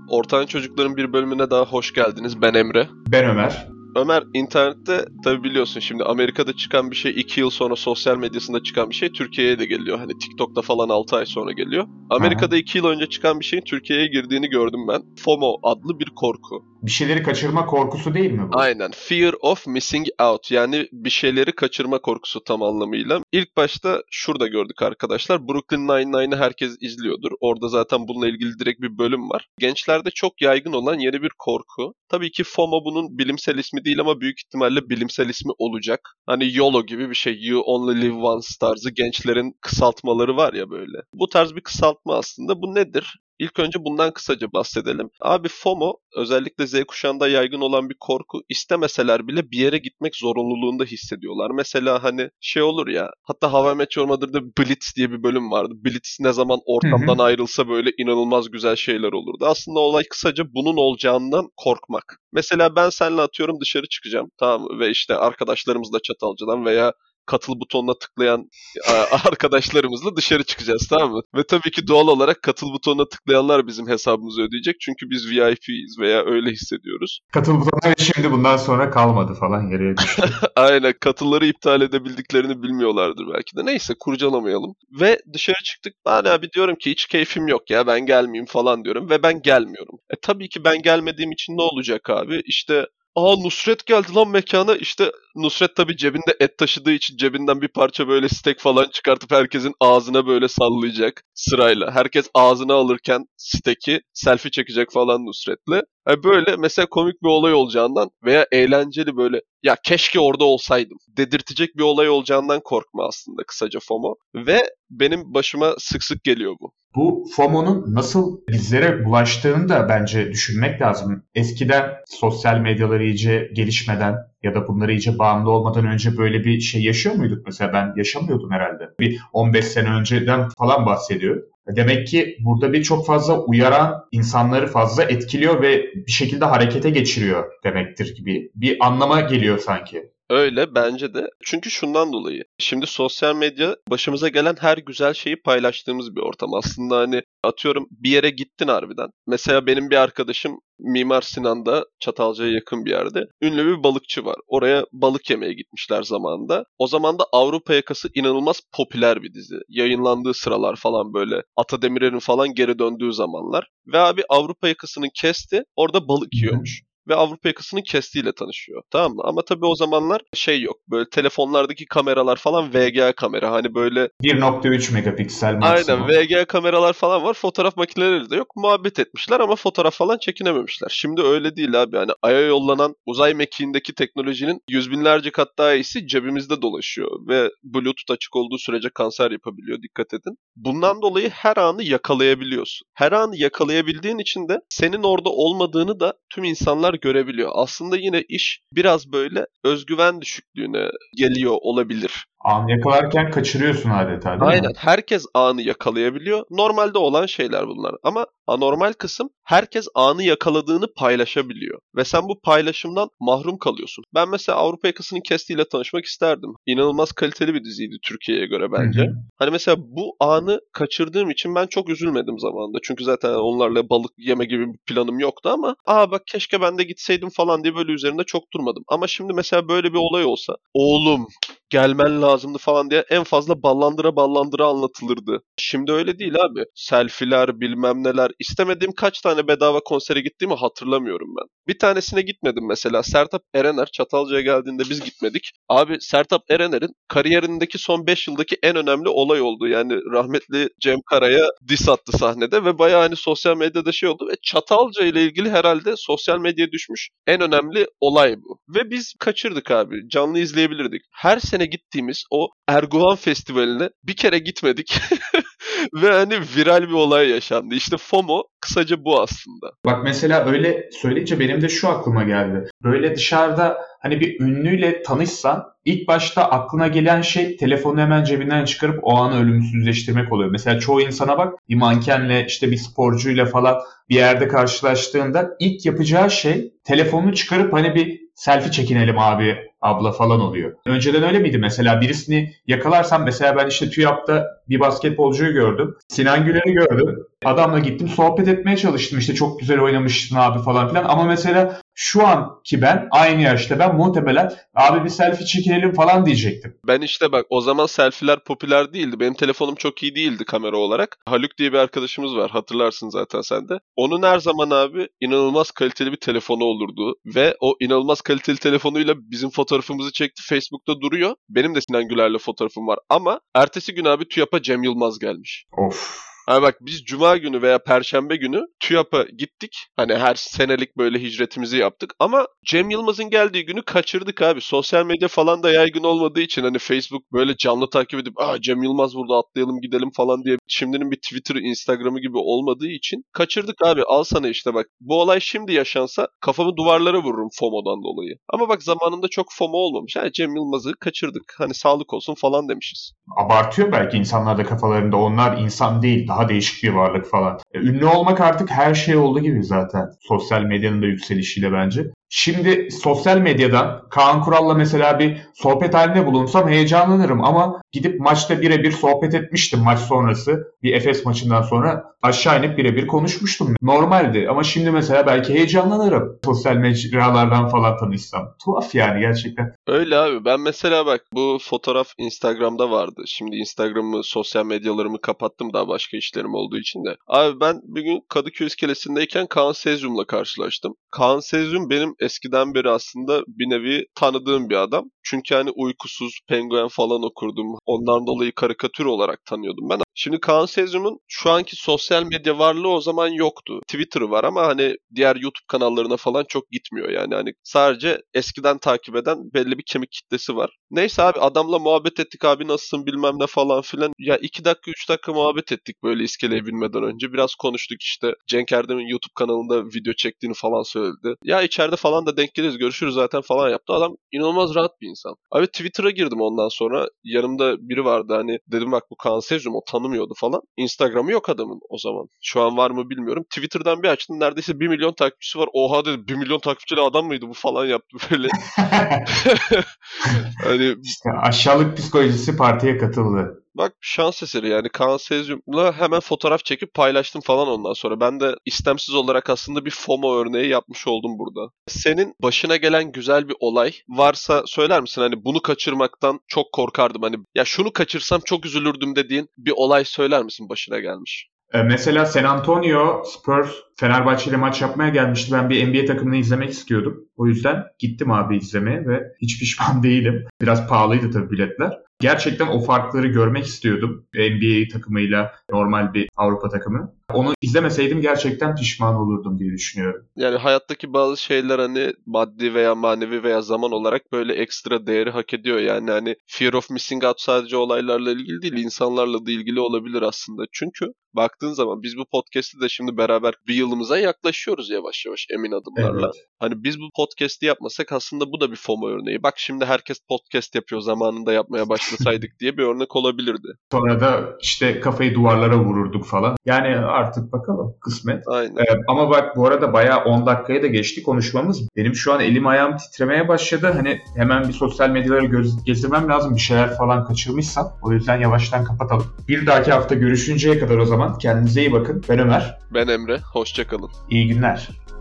Ortağın Çocukların bir bölümüne daha hoş geldiniz. Ben Emre. Ben Ömer. Ömer, internette tabi biliyorsun şimdi Amerika'da çıkan bir şey 2 yıl sonra sosyal medyasında çıkan bir şey Türkiye'ye de geliyor. Hani TikTok'ta falan 6 ay sonra geliyor. Hı hı. Amerika'da 2 yıl önce çıkan bir şeyin Türkiye'ye girdiğini gördüm ben. FOMO adlı bir korku. Bir şeyleri kaçırma korkusu değil mi bu? Aynen. Fear of missing out. Yani bir şeyleri kaçırma korkusu tam anlamıyla. İlk başta şurada gördük arkadaşlar. Brooklyn Nine-Nine'ı herkes izliyordur. Orada zaten bununla ilgili direkt bir bölüm var. Gençlerde çok yaygın olan yeni bir korku. Tabii ki FOMO bunun bilimsel ismi değil ama büyük ihtimalle bilimsel ismi olacak. Hani YOLO gibi bir şey. You only live once tarzı gençlerin kısaltmaları var ya böyle. Bu tarz bir kısaltma aslında. Bu nedir? İlk önce bundan kısaca bahsedelim. Abi FOMO özellikle Z kuşağında yaygın olan bir korku. İstemeseler bile bir yere gitmek zorunluluğunda hissediyorlar. Mesela hani şey olur ya, hatta How I Met Your Mother'da Blitz diye bir bölüm vardı. Blitz ne zaman Hı ortamdan hı. ayrılsa böyle inanılmaz güzel şeyler olurdu. Aslında olay kısaca bunun olacağından korkmak. Mesela ben seninle atıyorum dışarı çıkacağım, tamam mı? Ve işte arkadaşlarımızla Çatalca'dan veya katıl butonuna tıklayan arkadaşlarımızla dışarı çıkacağız, tamam mı? Ve tabii ki doğal olarak katıl butonuna tıklayanlar bizim hesabımızı ödeyecek. Çünkü biz VIP'yiz veya öyle hissediyoruz. Katıl butonuna şimdi bundan sonra kalmadı falan geriye düştü. Aynen, katılları iptal edebildiklerini bilmiyorlardır belki de. Neyse, kurcalamayalım. Ve dışarı çıktık. Ben abi diyorum ki hiç keyfim yok ya, ben gelmeyeyim falan diyorum. Ve ben gelmiyorum. Tabii ki ben gelmediğim için ne olacak abi? İşte Nusret geldi lan mekana. İşte Nusret tabii cebinde et taşıdığı için cebinden bir parça böyle steak falan çıkartıp herkesin ağzına böyle sallayacak sırayla. Herkes ağzına alırken steak'i selfie çekecek falan Nusret'le. Böyle mesela komik bir olay olacağından veya eğlenceli böyle ya keşke orada olsaydım dedirtecek bir olay olacağından korkma aslında kısaca FOMO. Ve benim başıma sık sık geliyor bu. Bu FOMO'nun nasıl bizlere bulaştığını da bence düşünmek lazım. Eskiden sosyal medyaları iyice gelişmeden ya da bunlara iyice bağımlı olmadan önce böyle bir şey yaşıyor muyduk? Mesela ben yaşamıyordum herhalde. Bir 15 sene önceden falan bahsediyorum. Demek ki burada bir çok fazla uyaran insanları fazla etkiliyor ve bir şekilde harekete geçiriyor demektir gibi bir anlama geliyor sanki. Öyle bence de. Çünkü şundan dolayı. Şimdi sosyal medya başımıza gelen her güzel şeyi paylaştığımız bir ortam. Aslında hani atıyorum bir yere gittin harbiden. Mesela benim bir arkadaşım Mimar Sinan'da, Çatalca'ya yakın bir yerde ünlü bir balıkçı var. Oraya balık yemeye gitmişler zamanında. O zaman da Avrupa Yakası inanılmaz popüler bir dizi. Yayınlandığı sıralar falan böyle Ata Demirer'in falan geri döndüğü zamanlar. Ve abi Avrupa Yakası'nın kesti orada balık Hı hı. yiyormuş ve Avrupa Yakası'nın kestiğiyle tanışıyor. Tamam mı? Ama tabii o zamanlar şey yok. Böyle telefonlardaki kameralar falan VGA kamera. Hani böyle 1.3 megapiksel aynen maksimum. VGA kameralar falan var. Fotoğraf makineleri de yok. Muhabbet etmişler ama fotoğraf falan çekinememişler. Şimdi öyle değil abi. Hani Ay'a yollanan uzay mekiğindeki teknolojinin yüz binlerce kat daha iyisi cebimizde dolaşıyor. Ve Bluetooth açık olduğu sürece kanser yapabiliyor. Dikkat edin. Bundan dolayı her anı yakalayabiliyorsun. Her anı yakalayabildiğin için de senin orada olmadığını da tüm insanlar görebiliyor. Aslında yine iş biraz böyle özgüven düşüklüğüne geliyor olabilir. Anı yakalarken kaçırıyorsun adeta değil mi? Aynen. Herkes anı yakalayabiliyor. Normalde olan şeyler bunlar. Ama anormal kısım herkes anı yakaladığını paylaşabiliyor. Ve sen bu paylaşımdan mahrum kalıyorsun. Ben mesela Avrupa Yakası'nın kestiğiyle tanışmak isterdim. İnanılmaz kaliteli bir diziydi Türkiye'ye göre Hı bence. hı. Hani mesela bu anı kaçırdığım için ben çok üzülmedim zamanında. Çünkü zaten onlarla balık yeme gibi bir planım yoktu ama bak keşke ben de gitseydim falan diye böyle üzerinde çok durmadım. Ama şimdi mesela böyle bir olay olsa oğlum gelmen lazımdı falan diye en fazla ballandıra ballandıra anlatılırdı. Şimdi öyle değil abi. Selfiler bilmem neler. İstemediğim kaç tane bedava konsere gittiğimi hatırlamıyorum ben. Bir tanesine gitmedim mesela. Sertab Erener Çatalca'ya geldiğinde biz gitmedik. Abi Sertab Erener'in kariyerindeki son 5 yıldaki en önemli olay oldu. Yani rahmetli Cem Kara'ya diss attı sahnede ve bayağı hani sosyal medyada şey oldu ve Çatalca ile ilgili herhalde sosyal medyaya düşmüş en önemli olay bu. Ve biz kaçırdık abi. Canlı izleyebilirdik. Her sene gittiğimiz o Erguvan Festivali'ne bir kere gitmedik. Ve hani viral bir olay yaşandı. İşte FOMO kısaca bu aslında. Bak mesela öyle söyleyince benim de şu aklıma geldi. Böyle dışarıda hani bir ünlüyle tanışsan ilk başta aklına gelen şey telefonu hemen cebinden çıkarıp o anı ölümsüzleştirmek oluyor. Mesela çoğu insana bak bir mankenle işte bir sporcuyla falan bir yerde karşılaştığında ilk yapacağı şey telefonunu çıkarıp hani bir selfie çekinelim abi abla falan oluyor. Önceden öyle miydi mesela birisini yakalarsam mesela ben işte TÜYAP'ta bir basketbolcuyu gördüm. Sinan Güler'i gördüm. Adamla gittim sohbet etmeye çalıştım, işte çok güzel oynamışsın abi falan filan, ama mesela şu anki ben, aynı yaşta ben muhtemelen abi bir selfie çekinelim falan diyecektim. Ben işte bak o zaman selfie'ler popüler değildi. Benim telefonum çok iyi değildi kamera olarak. Haluk diye bir arkadaşımız var, hatırlarsın zaten sen de. Onun her zaman abi inanılmaz kaliteli bir telefonu olurdu. Ve o inanılmaz kaliteli telefonuyla bizim fotoğrafımızı çekti. Facebook'ta duruyor. Benim de Sinan Güler'le fotoğrafım var. Ama ertesi gün abi TÜYAP'a Cem Yılmaz gelmiş. Of. Abi bak biz cuma günü veya perşembe günü TÜYAP'a gittik. Hani her senelik böyle hicretimizi yaptık. Ama Cem Yılmaz'ın geldiği günü kaçırdık abi. Sosyal medya falan da yaygın olmadığı için hani Facebook böyle canlı takip edip Cem Yılmaz burada atlayalım gidelim falan diye şimdinin bir Twitter, Instagram'ı gibi olmadığı için kaçırdık abi. Al sana işte bak. Bu olay şimdi yaşansa kafamı duvarlara vururum FOMO'dan dolayı. Ama bak zamanında çok FOMO olmamış. Yani Cem Yılmaz'ı kaçırdık. Hani sağlık olsun falan demişiz. Abartıyor belki insanlar da kafalarında, onlar insan değil, daha değişik bir varlık falan. Ünlü olmak artık her şey oldu gibi zaten. Sosyal medyanın da yükselişiyle bence. Şimdi sosyal medyadan Kaan Kural'la mesela bir sohbet halinde bulunsam heyecanlanırım, ama gidip maçta birebir sohbet etmiştim maç sonrası. Bir Efes maçından sonra aşağı inip birebir konuşmuştum. Normaldi, ama şimdi mesela belki heyecanlanırım sosyal mecralardan falan tanışsam. Tuhaf yani gerçekten. Öyle abi. Ben mesela bak bu fotoğraf Instagram'da vardı. Şimdi Instagram'ı, sosyal medyalarımı kapattım daha başka işlerim olduğu için de. Abi ben bir gün Kadıköy iskelesindeyken Kaan Sezyum'la karşılaştım. Kaan Sezyum benim eskiden beri aslında bir nevi tanıdığım bir adam. Çünkü hani Uykusuz, Penguen falan okurdum. Ondan dolayı karikatür olarak tanıyordum ben. Şimdi Kaan Sezyum'un şu anki sosyal medya varlığı o zaman yoktu. Twitter'ı var ama hani diğer YouTube kanallarına falan çok gitmiyor yani. Hani sadece eskiden takip eden belli bir kemik kitlesi var. Neyse abi adamla muhabbet ettik, abi nasılsın bilmem ne falan filan. Ya 2 dakika 3 dakika muhabbet ettik böyle iskeleye binmeden önce. Biraz konuştuk işte. Cenk Erdem'in YouTube kanalında video çektiğini falan söyledi. Ya içeride falan da denk geliriz, görüşürüz zaten falan yaptı. Adam inanılmaz rahat bir insan. Abi Twitter'a girdim ondan sonra. Yanımda biri vardı, hani dedim bak bu Kaan Sezyum, o tanımıyordu falan. Instagram'ı yok adamın o zaman. Şu an var mı bilmiyorum. Twitter'dan bir açtım, neredeyse 1 milyon takipçisi var. Oha dedim, 1 milyon takipçili adam mıydı bu falan yaptı böyle. Hani İşte aşağılık psikolojisi partiye katıldı. bak şans eseri yani Kaan Sezyum'la hemen fotoğraf çekip paylaştım falan ondan sonra. Ben de istemsiz olarak aslında bir FOMO örneği yapmış oldum burada. Senin başına gelen güzel bir olay varsa söyler misin? Hani bunu kaçırmaktan çok korkardım. Hani ya şunu kaçırsam çok üzülürdüm dediğin bir olay söyler misin başına gelmiş? Mesela San Antonio Spurs Fenerbahçe ile maç yapmaya gelmişti. Ben bir NBA takımını izlemek istiyordum. O yüzden gittim abi izlemeye ve hiç pişman değilim. Biraz pahalıydı tabii biletler. Gerçekten o farkları görmek istiyordum. NBA takımıyla normal bir Avrupa takımı. Onu izlemeseydim gerçekten pişman olurdum diye düşünüyorum. Yani hayattaki bazı şeyler hani maddi veya manevi veya zaman olarak böyle ekstra değeri hak ediyor. Yani hani fear of missing out sadece olaylarla ilgili değil, insanlarla da ilgili olabilir aslında. Çünkü baktığın zaman biz bu podcast'i de şimdi beraber bir yılımıza yaklaşıyoruz yavaş yavaş emin adımlarla. Evet. Hani biz bu podcast'i yapmasak aslında bu da bir FOMO örneği. Bak şimdi herkes podcast yapıyor, zamanında yapmaya başlasaydık diye bir örnek olabilirdi. Sonra da işte kafayı duvarlara vururduk falan. Yani artık bakalım, kısmet. Aynen. Ama bak bu arada bayağı 10 dakikaya da geçti konuşmamız. Benim şu an elim ayağım titremeye başladı. Hani hemen bir sosyal medyaları gezdirmem lazım. Bir şeyler falan kaçırmışsam. O yüzden yavaştan kapatalım. Bir dahaki hafta görüşünceye kadar o zaman kendinize iyi bakın. Ben Ömer. Ben Emre. Hoşça kalın. İyi günler.